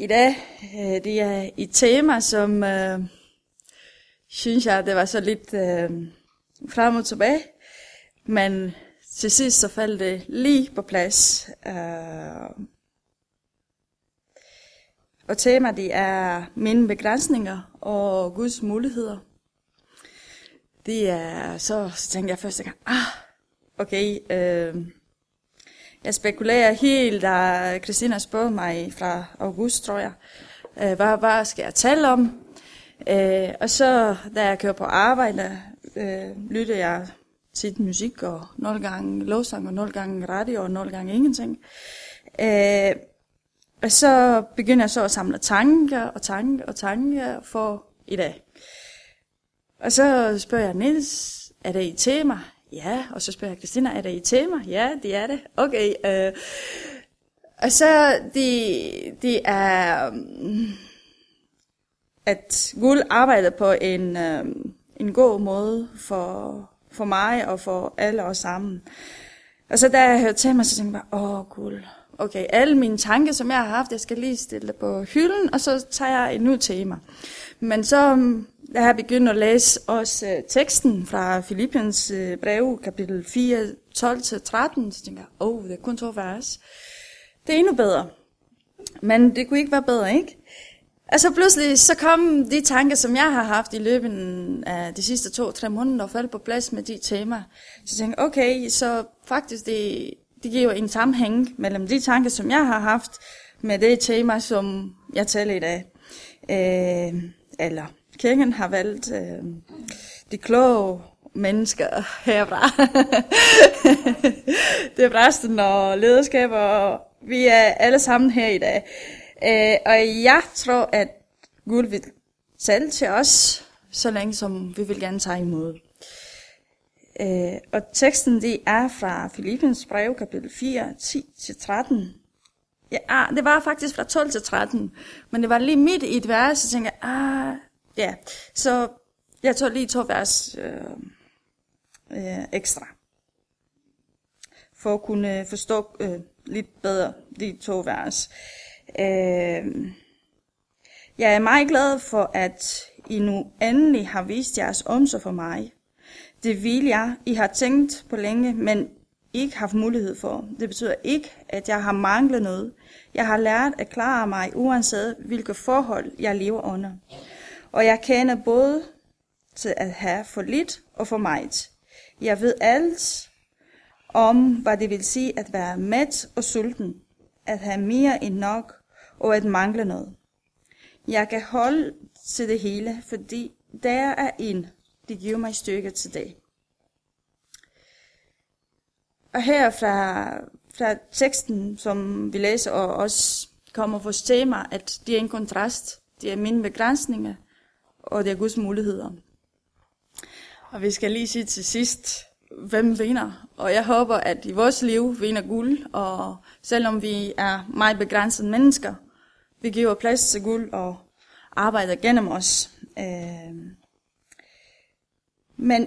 I dag, det er et tema, som synes jeg, det var så lidt frem og tilbage. Men til sidst så faldt det lige på plads. Og tema, det er mine begrænsninger og Guds muligheder. Det er, så tænkte jeg første gang, okay, jeg spekulerer helt, da Christina spurgte mig fra august, tror jeg, hvad skal jeg tale om? Og så, da jeg kører på arbejde, lytter jeg tit musik, og 0 gange lovsang, og 0 gange radio, og 0 gange ingenting. Og så begynder jeg så at samle tanker for i dag. Og så spørger jeg Niels, er det et tema? Ja, og så spørger jeg Christina, er det et tema? Ja, det er det. Okay. Og så det er, at Gud arbejder på en god måde for mig og for alle os sammen. Og så da jeg hørte tema, så tænkte jeg, Gud, okay, alle mine tanker, som jeg har haft, jeg skal lige stille det på hylden, og så tager jeg et nyt tema. Men så, da jeg begyndte at læse også teksten fra Filippiens brev, kapitel 4, 12-13, så tænkte jeg, det er kun 2 vers. Det er endnu bedre. Men det kunne ikke være bedre, ikke? Og så pludselig, så kom de tanker, som jeg har haft i løbet af de sidste 2-3 måneder, og faldt på plads med de temaer. Så tænkte jeg, okay, så faktisk det giver en sammenhæng mellem de tanker, som jeg har haft, med det tema, som jeg taler i dag. Eller kirken har valgt de kloge mennesker herfra. Det er præsten og lederskaber, og vi er alle sammen her i dag. Og jeg tror, at Gud vil tale til os, så længe som vi vil gerne tage imod. Og teksten, det er fra Filippiens brev, kapitel 4, 10-13. Ja, det var faktisk fra 12 til 13, men det var lige midt i et vers, så tænkte jeg, ja. Så jeg tog lige 2 vers ekstra, for at kunne forstå lidt bedre de 2 vers. Jeg er meget glad for, at I nu endelig har vist jeres omsorg for mig. Det vil jeg, I har tænkt på længe, men ikke haft mulighed for. Det betyder ikke, at jeg har manglet noget. Jeg har lært at klare mig, uanset hvilke forhold jeg lever under. Og jeg kender både til at have for lidt og for meget. Jeg ved alt om, hvad det vil sige at være mæt og sulten, at have mere end nok og at mangle noget. Jeg kan holde til det hele, fordi der er en, det giver mig styrke til det. Og her fra teksten, som vi læser, og også kommer vores tema, at det er en kontrast. Det er mine begrænsninger, og det er Guds muligheder. Og vi skal lige sige til sidst, hvem vinder. Og jeg håber, at i vores liv vinder Gud, og selvom vi er meget begrænsede mennesker, vi giver plads til Gud og arbejder gennem os. Men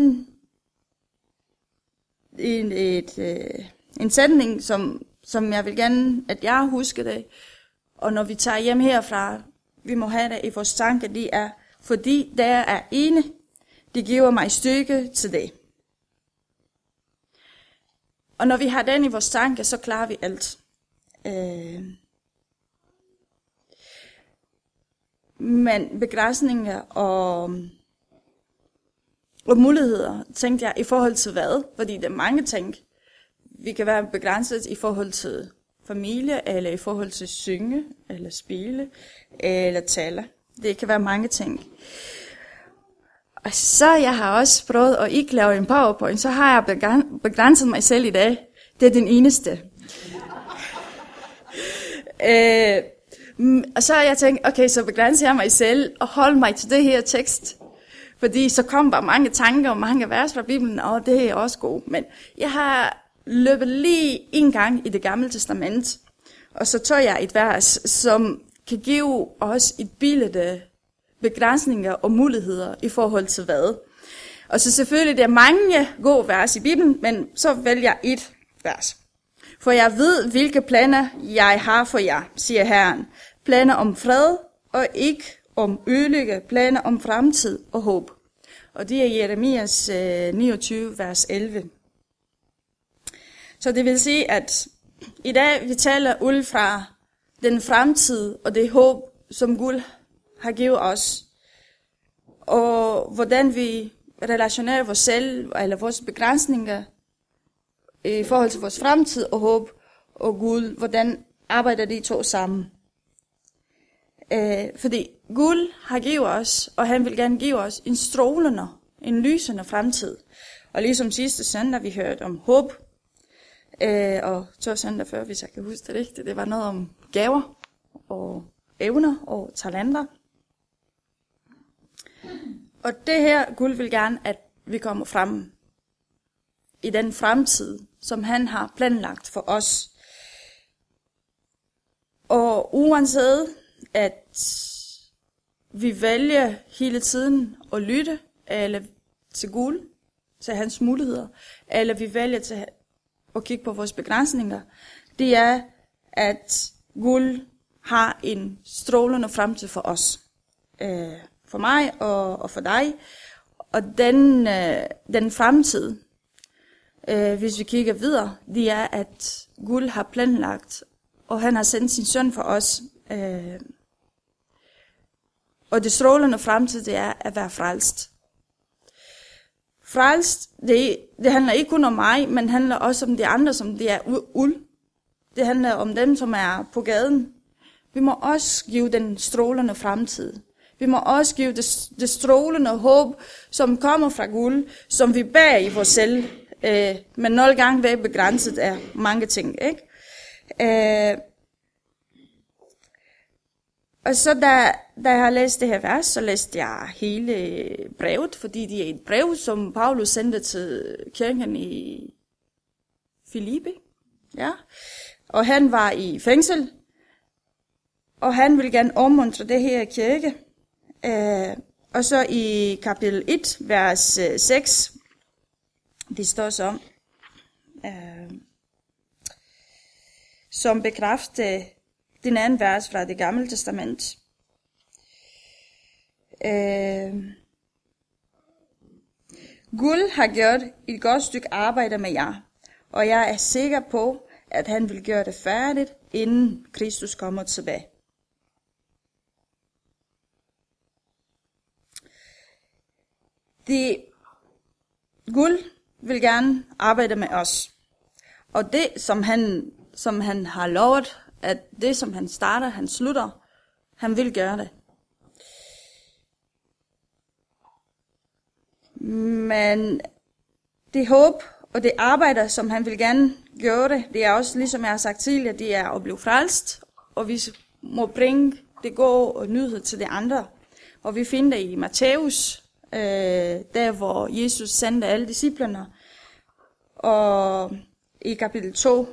en sætning, som jeg vil gerne, at jeg husker det, og når vi tager hjem herfra, vi må have det i vores tanker, det er, fordi der er ene, det giver mig styrke til det. Og når vi har den i vores tanker, så klarer vi alt. Men begrænsninger og muligheder, tænkte jeg, i forhold til hvad? Fordi der er mange ting. Vi kan være begrænset i forhold til familie, eller i forhold til synge, eller spille, eller tale. Det kan være mange ting. Og så jeg har også prøvet at ikke lave en PowerPoint, så har jeg begrænset mig selv i dag. Det er den eneste. Og så har jeg tænkt, okay, så begrænser jeg mig selv og holder mig til det her tekst. Fordi så kom bare mange tanker og mange vers fra Bibelen, og det er også godt. Men jeg har løbet lige en gang i det gamle testament, og så tog jeg et vers, som kan give os et billede, begrænsninger og muligheder i forhold til hvad. Og så selvfølgelig, der er mange gode vers i Bibelen, men så vælger jeg et vers. For jeg ved, hvilke planer jeg har for jer, siger Herren. Planer om fred og ikke om ødelægge, planer om fremtid og håb. Og det er Jeremias 29, vers 11. Så det vil sige, at i dag vi taler ud fra den fremtid og det håb, som Gud har givet os. Og hvordan vi relationerer os selv, eller vores begrænsninger i forhold til vores fremtid og håb og Gud, hvordan arbejder de to sammen. Fordi Gud har givet os, og han vil gerne give os en strålende, en lysende fremtid. Og ligesom sidste søndag, vi hørte om håb, og 2 søndag før, hvis jeg kan huske det rigtigt, det var noget om gaver og evner og talenter. Og det her, Gud vil gerne, at vi kommer frem i den fremtid, som han har planlagt for os. Og uanset at vi vælger hele tiden at lytte eller til Gud, til hans muligheder, eller vi vælger til at kigge på vores begrænsninger, det er, at Gud har en strålende fremtid for os. For mig og for dig. Og den fremtid, hvis vi kigger videre, det er, at Gud har planlagt, og han har sendt sin søn for os. Og det strålende fremtid, det er at være frelst. Frelst, det handler ikke kun om mig, men handler også om de andre, som det er uld. Det handler om dem, som er på gaden. Vi må også give den strålende fremtid. Vi må også give det strålende håb, som kommer fra Gud, som vi bærer i vores selv. Men nogle gange vil begrænset af mange ting, ikke? Og så da jeg har læst det her vers, så læste jeg hele brevet, fordi det er et brev, som Paulus sendte til kirken i Filippi. Ja. Og han var i fængsel, og han ville gerne opmuntre det her kirke. Og så i kapitel 1, vers 6, det står så, som bekræfter den anden vers fra det gamle testament. Gud har gjort et godt stykke arbejde med jer, og jeg er sikker på, at han vil gøre det færdigt, inden Kristus kommer tilbage. Gud vil gerne arbejde med os. Og det, som han har lovet, at det, som han starter, han slutter, han vil gøre det. Men det håb og det arbejde, som han vil gerne gøre det er også, ligesom jeg har sagt tidligere, det er at blive frelst, og vi må bringe det gode og nyhed til de andre. Og vi finder det i Matthæus, der hvor Jesus sendte alle disciplerne, og i kapitel 2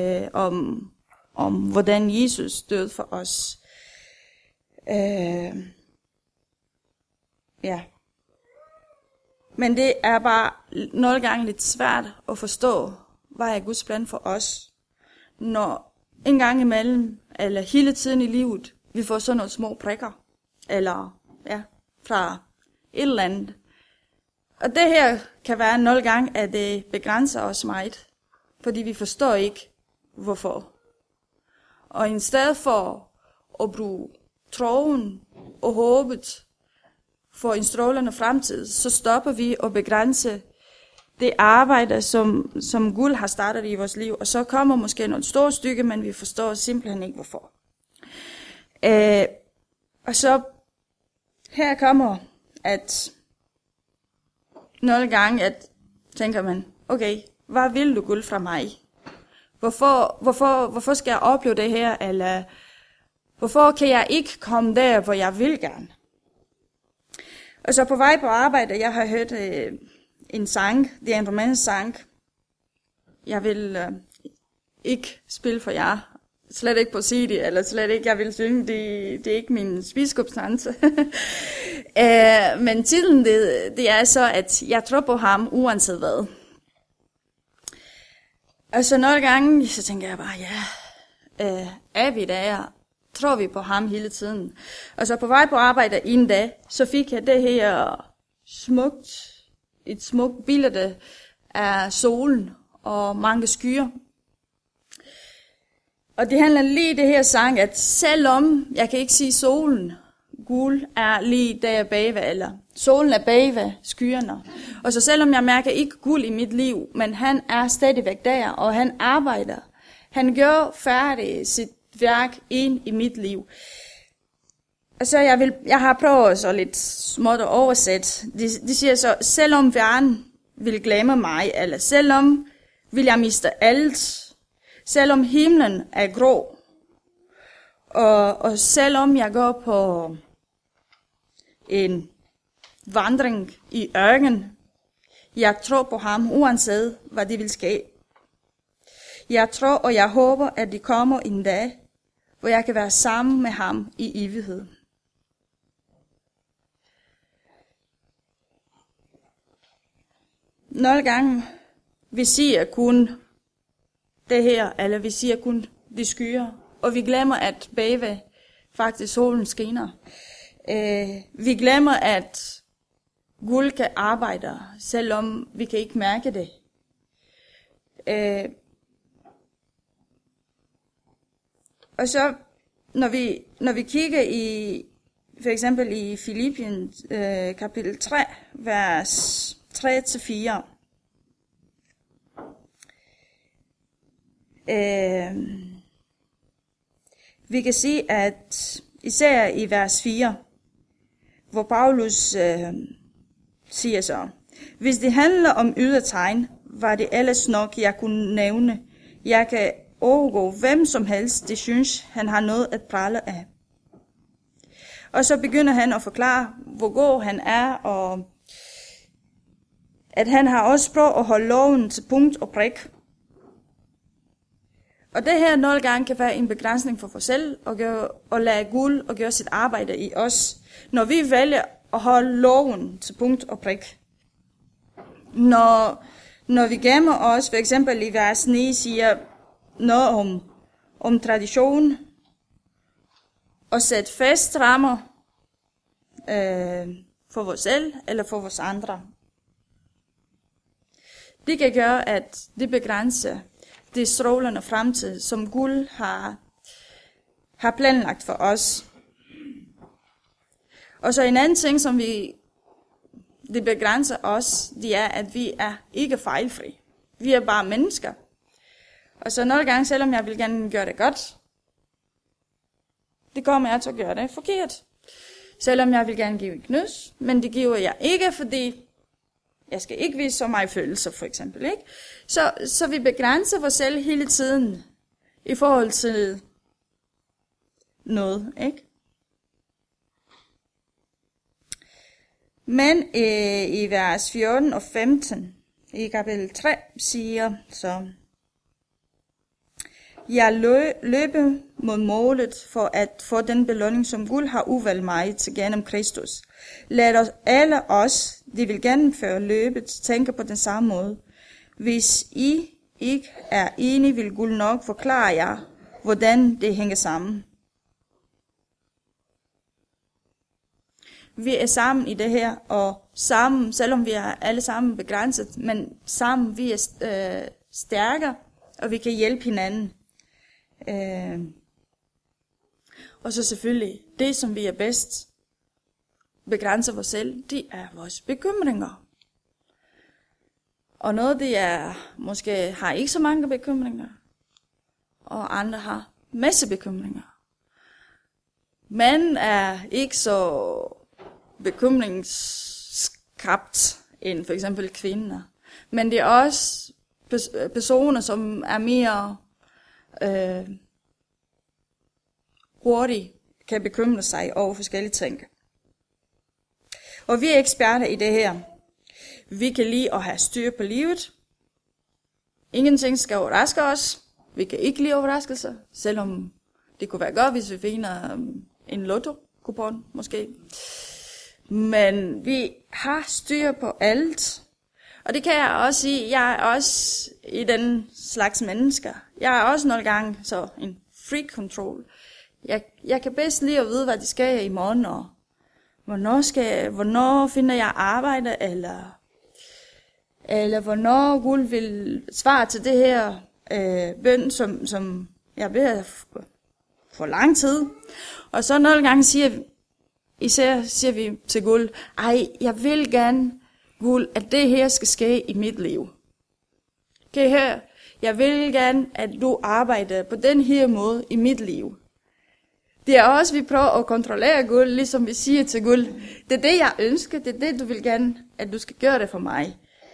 om hvordan Jesus døde for os. Ja. Men det er bare nogle gange lidt svært at forstå, hvad er Guds plan for os, når en gang imellem, eller hele tiden i livet, vi får sådan nogle små prikker, eller ja, fra et eller andet. Og det her kan være nogle gange, at det begrænser os meget, fordi vi forstår ikke, hvorfor. Og i stedet for at bruge troen og håbet for en strålende fremtid, så stopper vi og begrænser det arbejde, som Gud har startet i vores liv. Og så kommer måske nogle store stykker, men vi forstår simpelthen ikke, hvorfor. Og så her kommer, at nogle gange, at tænker man, okay, hvad vil du Gud fra mig? Hvorfor skal jeg opleve det her? Eller hvorfor kan jeg ikke komme der, hvor jeg vil gerne? Og så på vej på arbejde, jeg har hørt en sang, det er en romansk sang. Jeg vil ikke spille for jer, slet ikke på CD, eller slet ikke, jeg vil synge, det er ikke min biskopsdanse. Men titlen, det er så, at jeg tror på ham, uanset hvad. Og så nogle gange, så tænker jeg bare, er vi der? Tror vi på ham hele tiden? Og så på vej på arbejde en dag, så fik jeg det her et smukt billede af solen og mange skyer. Og det handler lige det her sang, at selvom jeg kan ikke sige solen, guld er lige der bagved, eller solen er bagved skyerne. Og så selvom jeg mærker ikke guld i mit liv, men han er stadigvæk der, og han arbejder. Han gør færdig sit værk ind i mit liv. Og så jeg har prøvet så lidt småt at oversætte. De siger så, selvom verden vil glemme mig, eller selvom vil jeg miste alt, selvom himlen er grå, og selvom jeg går på en vandring i ørken, jeg tror på ham, uanset hvad det vil ske. Jeg tror og jeg håber, at det kommer en dag, hvor jeg kan være sammen med ham i evighed. Nogle gange, vi siger kun det her, eller vi siger kun de skyer, og vi glemmer, at bagved faktisk solen skinner. Vi glemmer, at guld kan arbejde, selvom vi kan ikke mærke det. Og så, når vi kigger i, for eksempel i Filippien kapitel 3, vers 3-4, vi kan se, at især i vers 4, hvor Paulus siger så, hvis det handler om ydre tegn, var det ellers nok, jeg kunne nævne. Jeg kan overgå hvem som helst, det synes, han har noget at prale af. Og så begynder han at forklare, hvor god han er, og at han har også prøvet at holde loven til punkt og prik. Og det her nogle gange kan være en begrænsning for os selv, og lade Gud og gøre sit arbejde i os, når vi vælger at holde loven til punkt og prik. Når vi gemmer os, for eksempel i vers 9 siger noget om tradition, og sætte fast rammer for vores selv eller for vores andre. Det kan gøre, at det begrænser det strålende fremtid, som Gud har planlagt for os. Og så en anden ting, som det begrænser os, det er, at vi er ikke fejlfri. Vi er bare mennesker. Og så nogle gange, selvom jeg vil gerne gøre det godt, det kommer jeg til at gøre det forkert. Selvom jeg vil gerne give et knus, men det giver jeg ikke, fordi jeg skal ikke vise så meget følelser, for eksempel. Ikke? Så vi begrænser os selv hele tiden i forhold til noget. Ikke? Men i vers 14 og 15 i kapitel 3 siger så, jeg løber mod målet for at få den belønning, som Gud har udvalgt mig til gennem Kristus. Lad os alle os, de vil gennemføre løbet, tænke på den samme måde. Hvis I ikke er enige, vil Gud nok forklare jer, hvordan det hænger sammen. Vi er sammen i det her, og sammen, selvom vi er alle sammen begrænset, men sammen vi er stærkere, og vi kan hjælpe hinanden. Og så selvfølgelig, det som vi er bedst, begrænser os selv, det er vores bekymringer. Og noget det er, måske har ikke så mange bekymringer, og andre har masse bekymringer. Mænd er ikke så bekymringsskabt end for eksempel kvinder. Men det er også personer, som er mere hurtigt kan bekymre sig over forskellige ting. Og vi er eksperter i det her. Vi kan lide at have styr på livet. Ingenting skal overraske os. Vi kan ikke lide overraskelser, selvom det kunne være godt, hvis vi finder en lotto-kupon måske. Men vi har styr på alt. Og det kan jeg også sige, jeg er også i den slags mennesker. Jeg er også nogle gange så en freak control. Jeg kan bedst lige at vide, hvad det skal i morgen, og hvornår finder jeg arbejde, eller hvornår Gud vil svare til det her bøn, som jeg beder for lang tid. Og så nogle gange siger vi til Gud, jeg vil gerne, Gud, at det her skal ske i mit liv. Kan I høre? Jeg vil gerne, at du arbejder på den her måde i mit liv. Det er også, vi prøver at kontrollere Gud, ligesom vi siger til Gud, det er det, jeg ønsker, det er det, du vil gerne, at du skal gøre det for mig.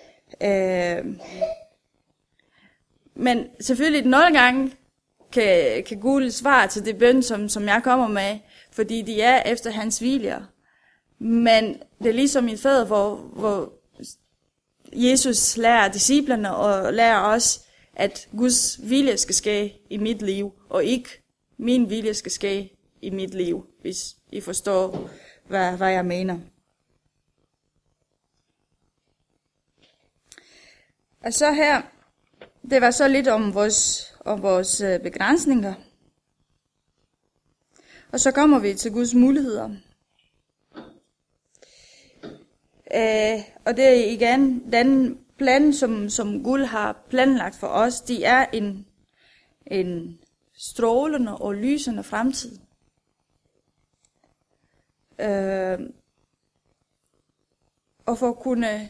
Men selvfølgelig, nogle gange kan Gud svare til det bøn, som jeg kommer med, fordi de er efter hans vilje. Men det er ligesom i fader, hvor Jesus lærer disciplerne og lærer os, at Guds vilje skal ske i mit liv, og ikke min vilje skal ske i mit liv, hvis I forstår, hvad jeg mener. Og så her, det var så lidt om vores begrænsninger. Og så kommer vi til Guds muligheder. Og det er igen den plan, som Gud har planlagt for os. De er en strålende og lysende fremtid. Og for at kunne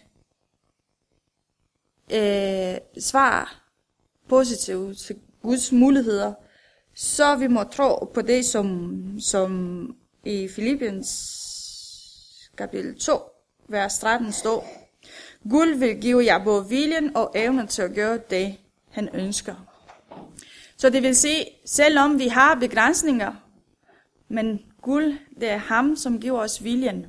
svare positivt til Guds muligheder, så vi må tro på det, som i Filippiens kapitel 2, vers 13 står. Gud vil give jer både viljen og evnen til at gøre det, han ønsker. Så det vil sige, selvom vi har begrænsninger, men Gud, det er ham, som giver os viljen.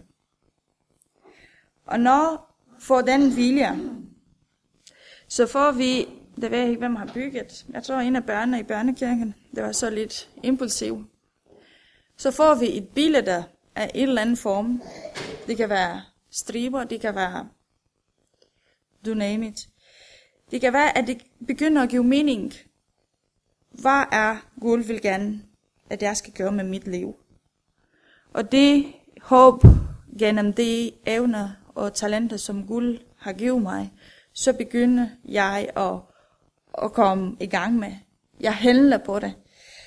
Og når får den vilje, så får vi, det ved jeg ikke, hvem har bygget. Jeg tror, en af børnene i børnekirken, det var så lidt impulsiv. Så får vi et billede af en eller anden form. Det kan være striber, det kan være, du name it. Det kan være, at det begynder at give mening. Hvad er Gud vil gerne, at jeg skal gøre med mit liv? Og det håb gennem de evner og talenter, som Gud har givet mig, så begynder jeg at komme i gang med. Jeg handler på det.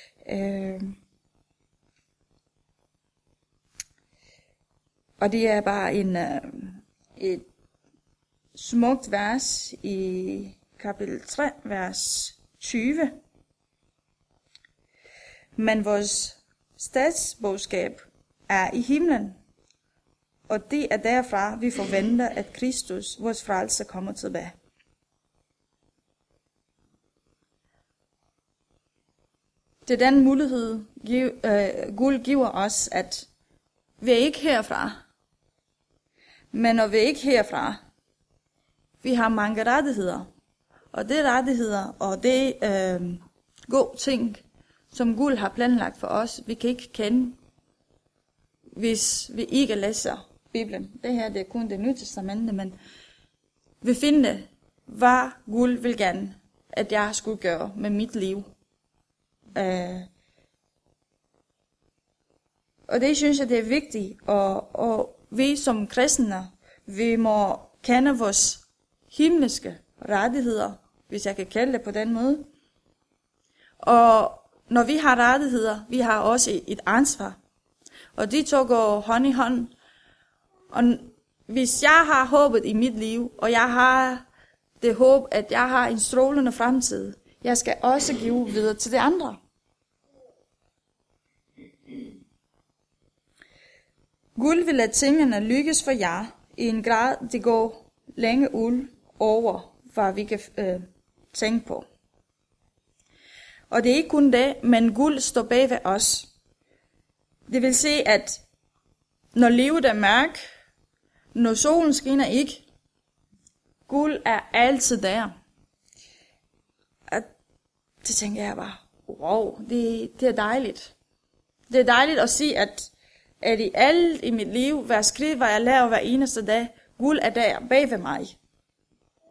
Og det er bare et smukt vers i kapitel 3, vers 20. Men vores statsborgerskab er i himlen, og det er derfra, vi forventer, at Kristus, vores frelser, kommer tilbage. Det er den mulighed, Gud giver os, at vi er ikke herfra. Men når vi er ikke herfra, vi har mange rettigheder. Og det rettigheder, og det gode ting, som Gud har planlagt for os, vi kan ikke kende, hvis vi ikke læser Bibelen. Det her, det er kun det nye testamente, men vi finder, hvad Gud vil gerne, at jeg skulle gøre med mit liv. Og det synes jeg, det er vigtigt, og vi som kristne, vi må kende vores himmelske rettigheder, hvis jeg kan kalde det på den måde. Og når vi har rettigheder, vi har også et ansvar. Og de to går hånd i hånd. Og hvis jeg har håbet i mit liv, og jeg har det håb, at jeg har en strålende fremtid, jeg skal også give videre til de andre. Gud vil lade tingene lykkes for jer, i en grad, det går længe ud over, hvad vi kan tænke på. Og det er ikke kun det, men Gud står bag ved os. Det vil sige, at når livet er mørkt, når solen skinner ikke, Gud er altid der. Og det tænker jeg bare, wow, det er dejligt. Det er dejligt at sige, at i alt i mit liv, hver skridt, hvad jeg laver hver eneste dag, Gud er der bag ved mig.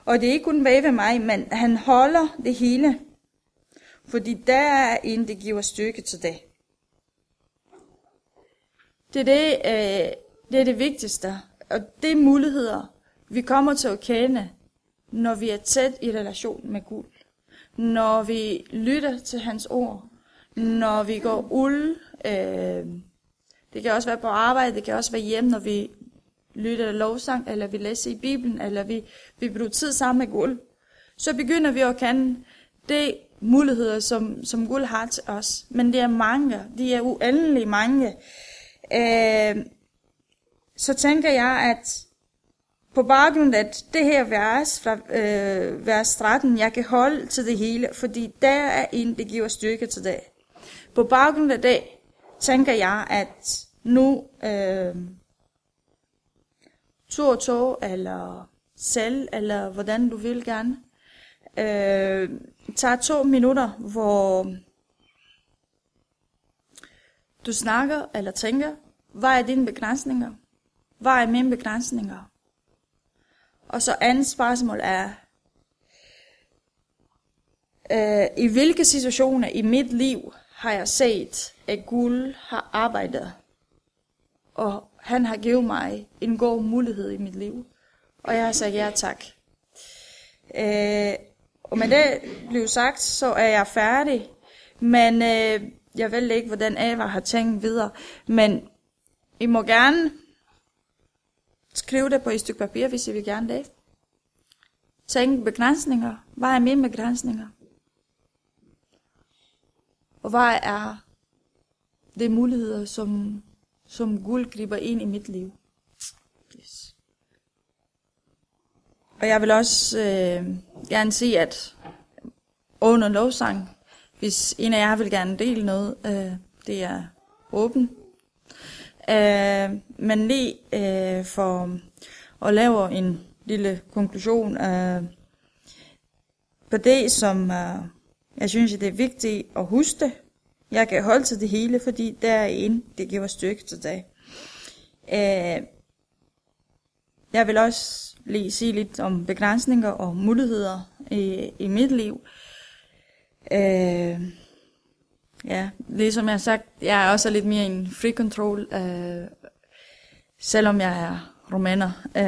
Og det er ikke kun bag ved mig, men han holder det hele. Fordi der er en, der giver styrke til det. Det er det vigtigste. Og det er muligheder, vi kommer til at kende, når vi er tæt i relation med Gud. Når vi lytter til hans ord. Når vi går ud. Det kan også være på arbejde, det kan også være hjemme, når vi lytter lovsang, eller vi læser i Bibelen, eller vi bruger tid sammen med Gud. Så begynder vi at kende de muligheder, som Gud har til os. Men det er mange, de er uendelige mange. Så tænker jeg, at på baggrund af det her vers, fra vers 13, jeg kan holde til det hele, fordi der er en, der giver styrke til det. På baggrund af det, tænker jeg, at nu tog, eller selv, eller hvordan du vil gerne, tager 2 minutter, hvor du snakker eller tænker, hvad er dine begrænsninger? Hvad er mine begrænsninger? Og så andet spørgsmål er, i hvilke situationer i mit liv har jeg set, at Gud har arbejdet, og han har givet mig en god mulighed i mit liv. Og jeg har sagt ja tak. Og med det blev sagt, så er jeg færdig. Men jeg ved ikke, hvordan Ava har tænkt videre. Men I må gerne skrive det på et stykke papir, hvis I vil gerne det. Tænk begrænsninger. Hvad er mine begrænsninger? Og hvad er det muligheder, som Gud griber ind i mit liv? Yes. Og jeg vil også gerne sige, at under lovsang, hvis en af jer vil gerne dele noget, det er åben. Men lige for at lave en lille konklusion på det, som jeg synes, det er vigtigt at huske. Jeg kan holde til det hele, fordi der er en, det giver styrke til dig. Jeg vil også lige sige lidt om begrænsninger og muligheder i mit liv. Ja, ligesom jeg har sagt, jeg er også lidt mere en free control, selvom jeg er rumæner.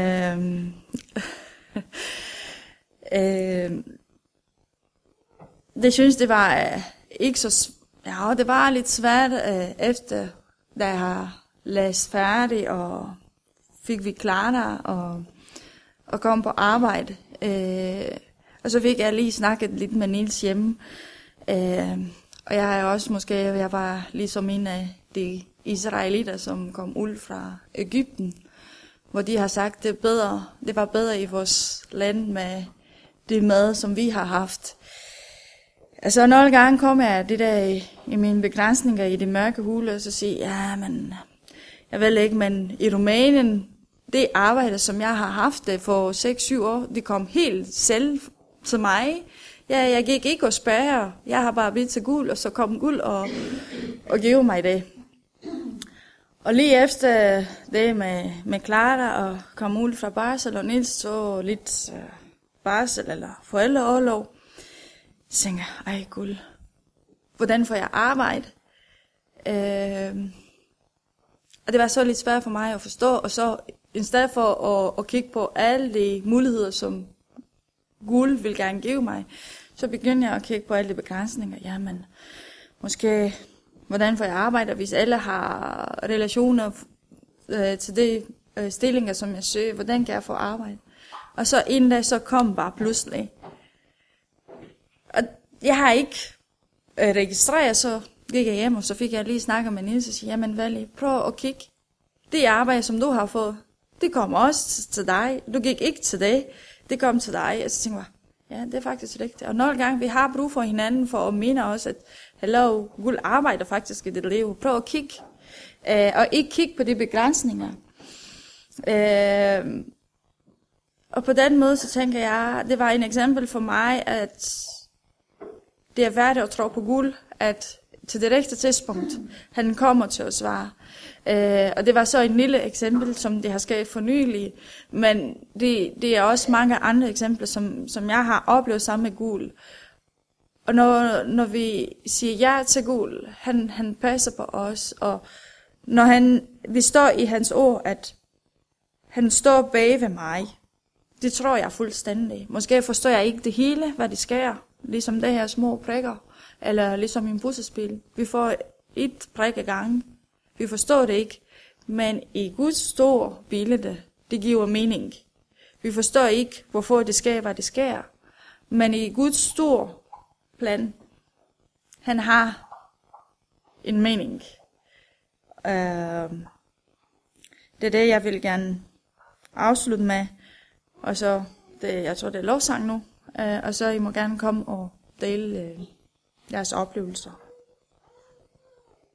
Det synes det var ikke så det var lidt svært efter da jeg har læst færdig og fik vi klart og kom på arbejde. Og så fik jeg lige snakket lidt med Niels hjemme. Og jeg er også jeg var ligesom en af de israelitter, som kom ud fra Egypten, hvor de har sagt, det var bedre i vores land med det mad, som vi har haft. Altså nogle gange kom jeg det der i mine begrænsninger i det mørke hule, og så siger ja, men jeg ved ikke, men i Rumænien, det arbejde, som jeg har haft det for 6-7 år, det kom helt selv til mig. Ja, jeg gik ikke og spørge, jeg har bare bedt til Gud, og så kom Gud og gav mig det. Og lige efter det med Clara og kom ud fra barsel, og Niels så lidt barsel eller forældreorlov, så tænkte jeg, ej Gud, hvordan får jeg arbejde? Og det var så lidt svært for mig at forstå, og så i stedet for at kigge på alle de muligheder, som Gud vil gerne give mig, så begyndte jeg at kigge på alle de begrænsninger. Jamen, måske, hvordan får jeg arbejde, hvis alle har relationer til de stillinger, som jeg søger, hvordan kan jeg få arbejde? Og så en dag, så kom bare pludselig. Og jeg har ikke registreret, så gik jeg hjem, og så fik jeg lige snakket med Niels og sige, jamen Vali, prøv at kigge. Det arbejde, som du har fået, det kommer også til dig. Du gik ikke til det, det kom til dig. Og så tænkte jeg, ja, det er faktisk rigtigt. Og nogle gange, vi har brug for hinanden for at minde os, at hello, Gud arbejder faktisk i dit liv. Prøv at kigge. Og ikke kigge på de begrænsninger. Og på den måde, så tænker jeg, det var en eksempel for mig, at det er værd at tro på Gud, at til det rigtige tidspunkt. Han kommer til at svare. Og det var så en lille eksempel, som det har sket for nylig, men det er også mange andre eksempler, som jeg har oplevet sammen med Gud. Og når vi siger ja til Gud, han passer på os, og når vi står i hans ord, at han står bag ved mig, det tror jeg fuldstændig. Måske forstår jeg ikke det hele, hvad det sker, ligesom det her små prikker, eller ligesom en puslespil. Vi får et prik ad gangen. Vi forstår det ikke, men i Guds store billede, det giver mening. Vi forstår ikke, hvorfor det sker, hvad det sker, men i Guds store plan, han har en mening. Det er det, jeg vil gerne afslutte med, og så, jeg tror det er lovsang nu, og så I må gerne komme og dele jeres oplevelser.